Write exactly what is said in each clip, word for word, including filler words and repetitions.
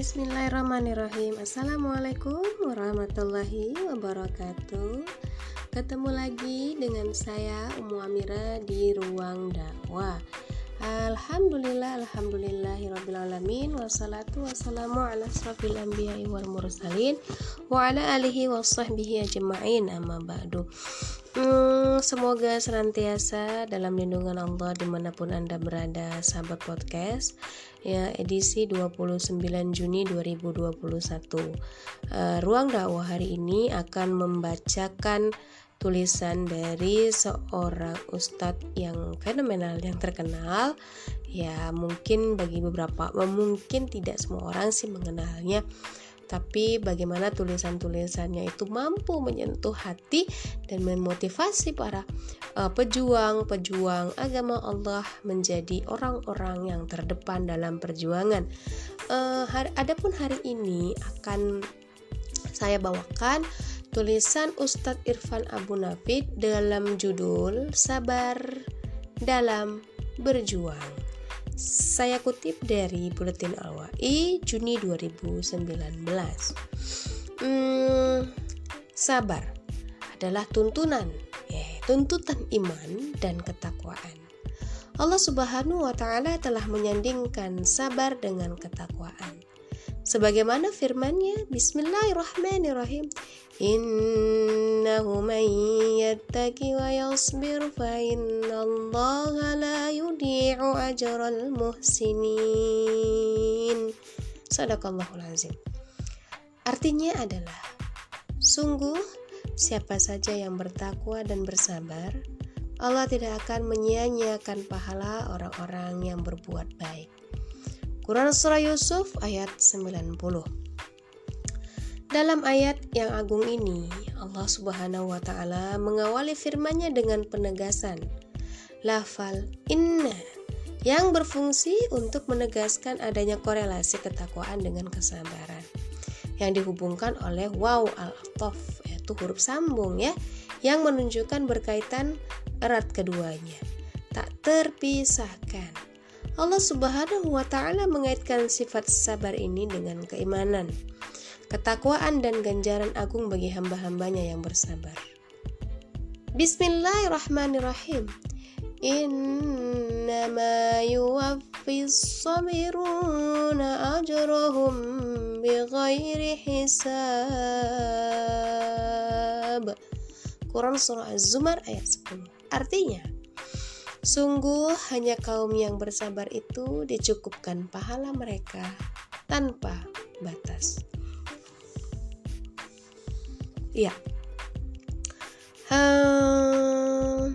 Bismillahirrahmanirrahim. Assalamualaikum warahmatullahi wabarakatuh. Ketemu lagi dengan saya Ummu Amira di Ruang Dakwah. Alhamdulillah, alhamdulillahirabbil alamin, wassalatu wassalamu ala asrofil anbiya'i wal mursalin wa ala alihi washabbihi ajma'in, amma ba'du. Hmm, semoga senantiasa dalam lindungan Allah dimanapun Anda berada, sahabat podcast. Ya, edisi dua puluh sembilan Juni dua ribu dua puluh satu. uh, Ruang Dakwah hari ini akan membacakan tulisan dari seorang ustadz yang fenomenal, yang terkenal. Ya, mungkin bagi beberapa, mungkin tidak semua orang sih mengenalnya, tapi bagaimana tulisan-tulisannya itu mampu menyentuh hati dan memotivasi para uh, pejuang-pejuang agama Allah menjadi orang-orang yang terdepan dalam perjuangan. Uh, hari, adapun hari ini akan saya bawakan tulisan Ustadz Irfan Abu Nafid dalam judul Sabar dalam Berjuang. Saya kutip dari Buletin Al-Wa'i Juni dua ribu sembilan belas. Hmm, sabar adalah tuntunan, eh, tuntutan iman dan ketakwaan. Allah Subhanahu wa Ta'ala telah menyandingkan sabar dengan ketakwaan. Sebagaimana firman-Nya, Bismillahirrahmanirrahim, Innahu man yattaqi wa yasbir fa innallaha la yudhi'u ajral muhsinin. Shadaqallahul azim. Artinya adalah, sungguh siapa saja yang bertakwa dan bersabar, Allah tidak akan menyia-nyiakan pahala orang-orang yang berbuat baik. Quran Surah Yusuf ayat sembilan puluh. Dalam ayat yang agung ini, Allah Subhanahu wa Ta'ala mengawali firman-Nya dengan penegasan lafal inna yang berfungsi untuk menegaskan adanya korelasi ketakwaan dengan kesabaran, yang dihubungkan oleh waw al-ataf, yaitu huruf sambung ya, yang menunjukkan berkaitan erat keduanya, tak terpisahkan. Allah Subhanahu wa Ta'ala mengaitkan sifat sabar ini dengan keimanan, ketakwaan dan ganjaran agung bagi hamba-hambanya yang bersabar. Bismillahirrahmanirrahim. Innama yuwaffis sabiruna ajrahum bighairi hisab. Quran Surah Az-Zumar ayat sepuluh. Artinya, sungguh hanya kaum yang bersabar itu dicukupkan pahala mereka tanpa batas. Ya, hmm,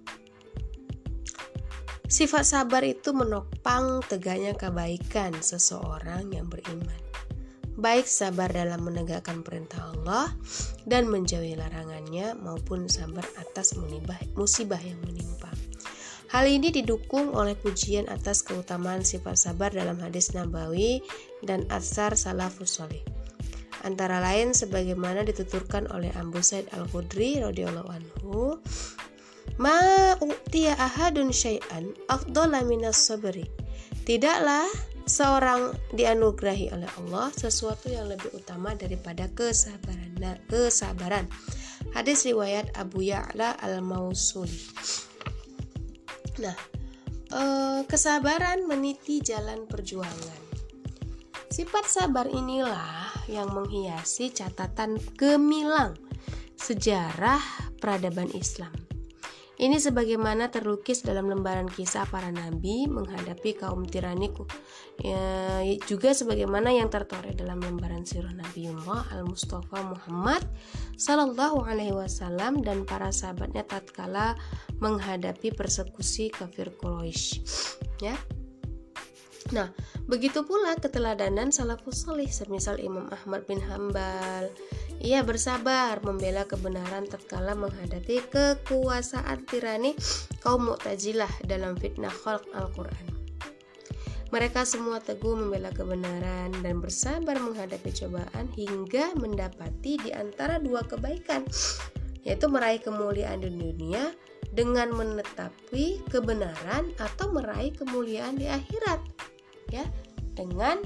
sifat sabar itu menopang tegaknya kebaikan seseorang yang beriman, baik sabar dalam menegakkan perintah Allah dan menjauhi larangannya, maupun sabar atas musibah yang menimpa. Hal ini didukung oleh pujian atas keutamaan sifat sabar dalam hadis Nabawi dan atsar salafus shalih, antara lain sebagaimana dituturkan oleh Abu Sa'id Al-Khudri radhiyallahu anhu, ma utiya ahadun syai'an afdhala minas sabri. Tidaklah seorang dianugerahi oleh Allah sesuatu yang lebih utama daripada kesabaran. Nah, kesabaran. Hadis riwayat Abu Ya'la Al-Mausuli. Nah, eh, kesabaran meniti jalan perjuangan. Sifat sabar inilah yang menghiasi catatan gemilang sejarah peradaban Islam. Ini sebagaimana terlukis dalam lembaran kisah para nabi menghadapi kaum tiraniku, ya, juga sebagaimana yang tertoreh dalam lembaran sirah Nabiullah Al-Mustafa Muhammad Sallallahu Alaihi Wasallam dan para sahabatnya tatkala menghadapi persekusi kafir Quraisy. Ya. Nah, begitu pula keteladanan salafus salih, semisal Imam Ahmad bin Hambal. Ia bersabar membela kebenaran tatkala menghadapi kekuasaan tirani kaum Mu'tazilah dalam fitnah khalq Al-Quran. Mereka semua teguh membela kebenaran dan bersabar menghadapi cobaan hingga mendapati di antara dua kebaikan, yaitu meraih kemuliaan di dunia dengan menetapi kebenaran atau meraih kemuliaan di akhirat, ya, dengan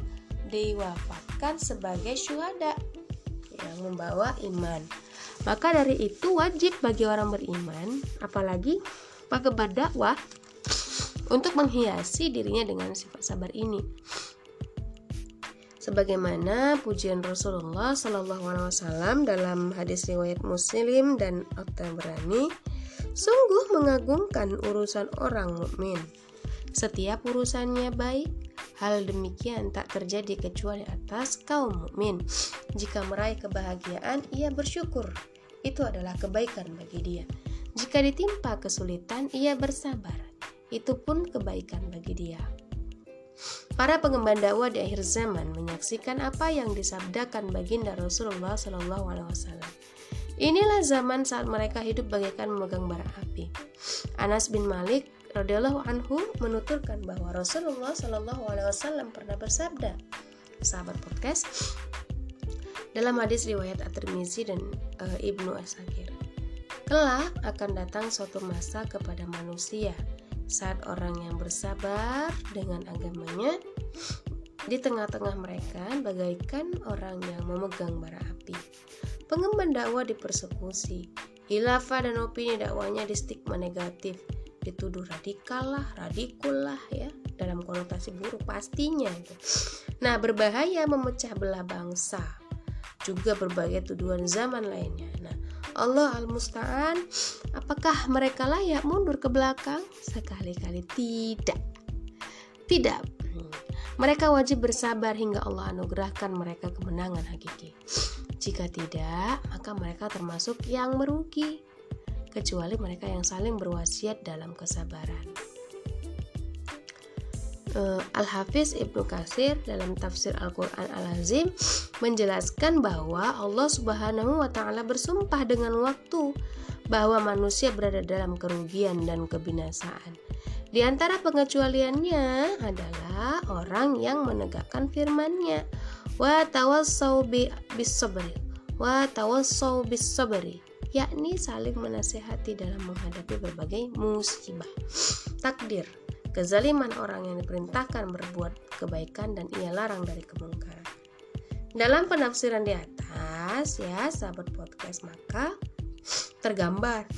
diwafatkan sebagai syuhada yang membawa iman. Maka dari itu wajib bagi orang beriman, apalagi pegiat dakwah, untuk menghiasi dirinya dengan sifat sabar ini. Sebagaimana pujian Rasulullah Shallallahu Alaihi Wasallam dalam hadis riwayat Muslim dan At-Tabrani, sungguh mengagumkan urusan orang mukmin. Setiap urusannya baik. Hal demikian tak terjadi kecuali atas kaum mukmin. Jika meraih kebahagiaan, ia bersyukur. Itu adalah kebaikan bagi dia. Jika ditimpa kesulitan, ia bersabar. Itu pun kebaikan bagi dia. Para pengemban dakwah di akhir zaman menyaksikan apa yang disabdakan baginda Rasulullah Shallallahu Alaihi Wasallam. Inilah zaman saat mereka hidup bagaikan memegang bara api. Anas bin Malik radhiyallahu anhu menuturkan bahwa Rasulullah Shallallahu Alaihi Wasallam pernah bersabda, sahabat podcast, dalam hadis riwayat At-Tirmizi dan uh, Ibnu Asakir, kelak akan datang suatu masa kepada manusia saat orang yang bersabar dengan agamanya di tengah-tengah mereka bagaikan orang yang memegang bara api. Pengemban dakwah dipersekusi, khilafah dan opini dakwahnya distigma negatif, dituduh radikal lah, radikul lah ya, dalam konotasi buruk pastinya itu. Nah, berbahaya, memecah belah bangsa, juga berbagai tuduhan zaman lainnya. Nah, Allah al-Musta'an, apakah mereka layak mundur ke belakang? Sekali-kali tidak. Tidak. Mereka wajib bersabar hingga Allah anugerahkan mereka kemenangan hakiki. Jika tidak, maka mereka termasuk yang merugi, kecuali mereka yang saling berwasiat dalam kesabaran. Al-Hafiz Ibnu Katsir dalam tafsir Al-Quran Al-Azim menjelaskan bahwa Allah Subhanahu wa Ta'ala bersumpah dengan waktu bahwa manusia berada dalam kerugian dan kebinasaan. Di antara pengecualiannya adalah orang yang menegakkan firman-Nya, wa tawassau bis sabri wa tawassau bis sabri, yakni saling menasihati dalam menghadapi berbagai musibah, takdir, kezaliman orang yang diperintahkan berbuat kebaikan dan ia larang dari kemungkaran. Dalam penafsiran di atas ya sahabat podcast, maka tergambar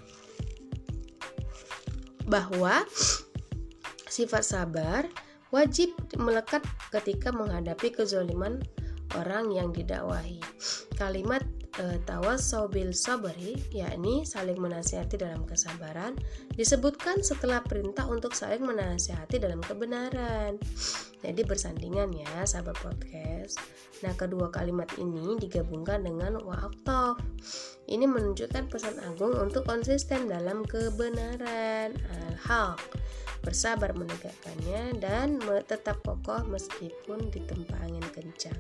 bahwa sifat sabar wajib melekat ketika menghadapi kezaliman orang yang didakwahi. Kalimat E, tawassau bil sabri, yakni saling menasihati dalam kesabaran, disebutkan setelah perintah untuk saling menasihati dalam kebenaran. Jadi bersandingan ya sahabat podcast. Nah, kedua kalimat ini digabungkan dengan wa'ataf. Ini menunjukkan pesan agung untuk konsisten dalam kebenaran, al-haq, bersabar menegakkannya dan tetap kokoh meskipun ditempa angin kencang.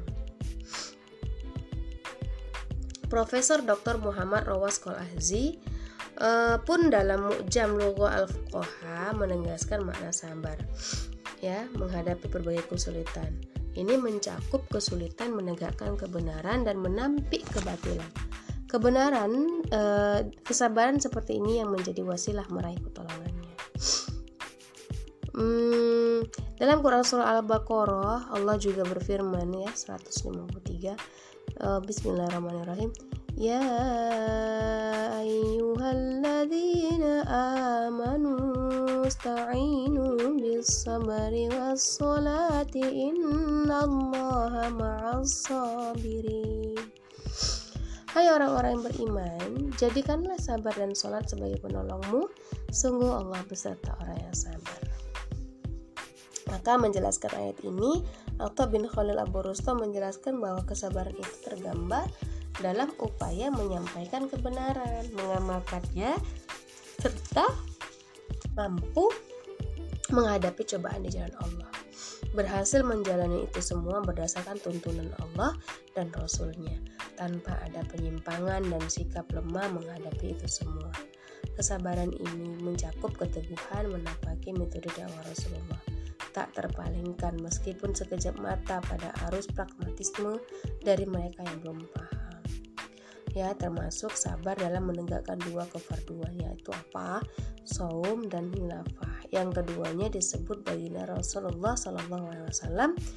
Profesor Doktor Muhammad Rawas Qol-Ahzi uh, pun dalam Mu'jam Lugha Al-Fuqaha menegaskan makna sabar ya menghadapi berbagai kesulitan. Ini mencakup kesulitan menegakkan kebenaran dan menampik kebatilan. Kebenaran, uh, kesabaran seperti ini yang menjadi wasilah meraih pertolongannya. Hmm, dalam Quran surah Al-Baqarah Allah juga berfirman ya seratus lima puluh tiga, Uh, Bismillahirrahmanirrahim. Ya ayyuhalladzina amanu ista'inu bis-sabri was-salati innallaha ma'as sabirin. Hai orang-orang yang beriman, jadikanlah sabar dan salat sebagai penolongmu. Sungguh Allah beserta orang yang sabar. Maka menjelaskan ayat ini, Atta bin Khalil Abu Rustam menjelaskan bahwa kesabaran itu tergambar dalam upaya menyampaikan kebenaran, mengamalkannya, serta mampu menghadapi cobaan di jalan Allah. Berhasil menjalani itu semua berdasarkan tuntunan Allah dan Rasul-Nya, tanpa ada penyimpangan dan sikap lemah menghadapi itu semua. Kesabaran ini mencakup keteguhan menapaki metode dakwah Rasulullah, tak terpalingkan meskipun sekejap mata pada arus pragmatisme dari mereka yang belum paham. Ya, termasuk sabar dalam menegakkan dua kefarduan, yaitu apa? Shaum dan khilafah. Yang keduanya disebut baginda Rasulullah Shallallahu Alaihi Wasallam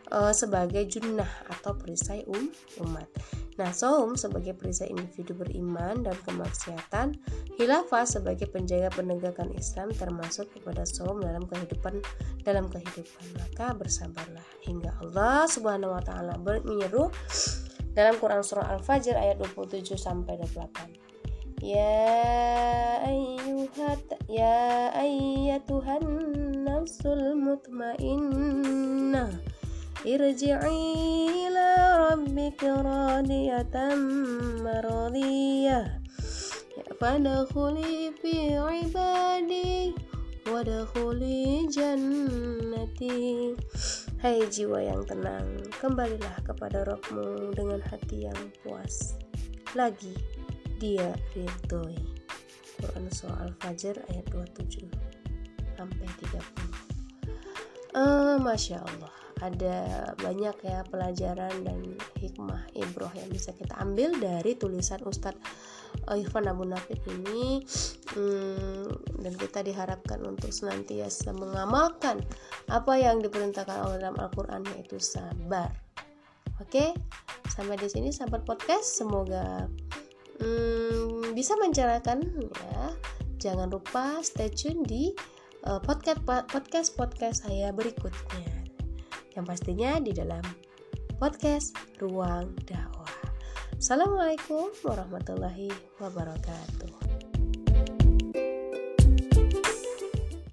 uh, sebagai junnah atau perisai um, umat. Nah, saum sebagai perisai individu beriman dan kemaksiatan, khilafah sebagai penjaga penegakan Islam, termasuk kepada saum dalam kehidupan dalam kehidupan. Maka bersabarlah hingga Allah Subhanahu wa taala menyeru dalam Quran surah Al-Fajr ayat dua puluh tujuh sampai dua puluh delapan. Ya ayyuhat ya ayyatuhan nafsul mutmainnah irji'i ila rabbika radiyatan maradiyah fadkhuli fi ibadi wadkhuli jannati. Hai jiwa yang tenang, kembalilah kepada Rabb-Mu dengan hati yang puas. Lagi Dia ridhoi. Quran surah Al-Fajr ayat dua puluh tujuh sampai tiga puluh. Uh, Masya Allah, ada banyak ya pelajaran dan hikmah ibrah yang bisa kita ambil dari tulisan Ustadz Irfan Abu Nafid ini, hmm, dan kita diharapkan untuk senantiasa mengamalkan apa yang diperintahkan Allah dalam Al-Quran, yaitu sabar. Oke, sampai di sini sahabat podcast, semoga hmm, bisa mencerahkan ya. Jangan lupa stay tune di uh, podcast podcast podcast saya berikutnya, yang pastinya di dalam podcast Ruang Dakwah. Assalamualaikum warahmatullahi wabarakatuh.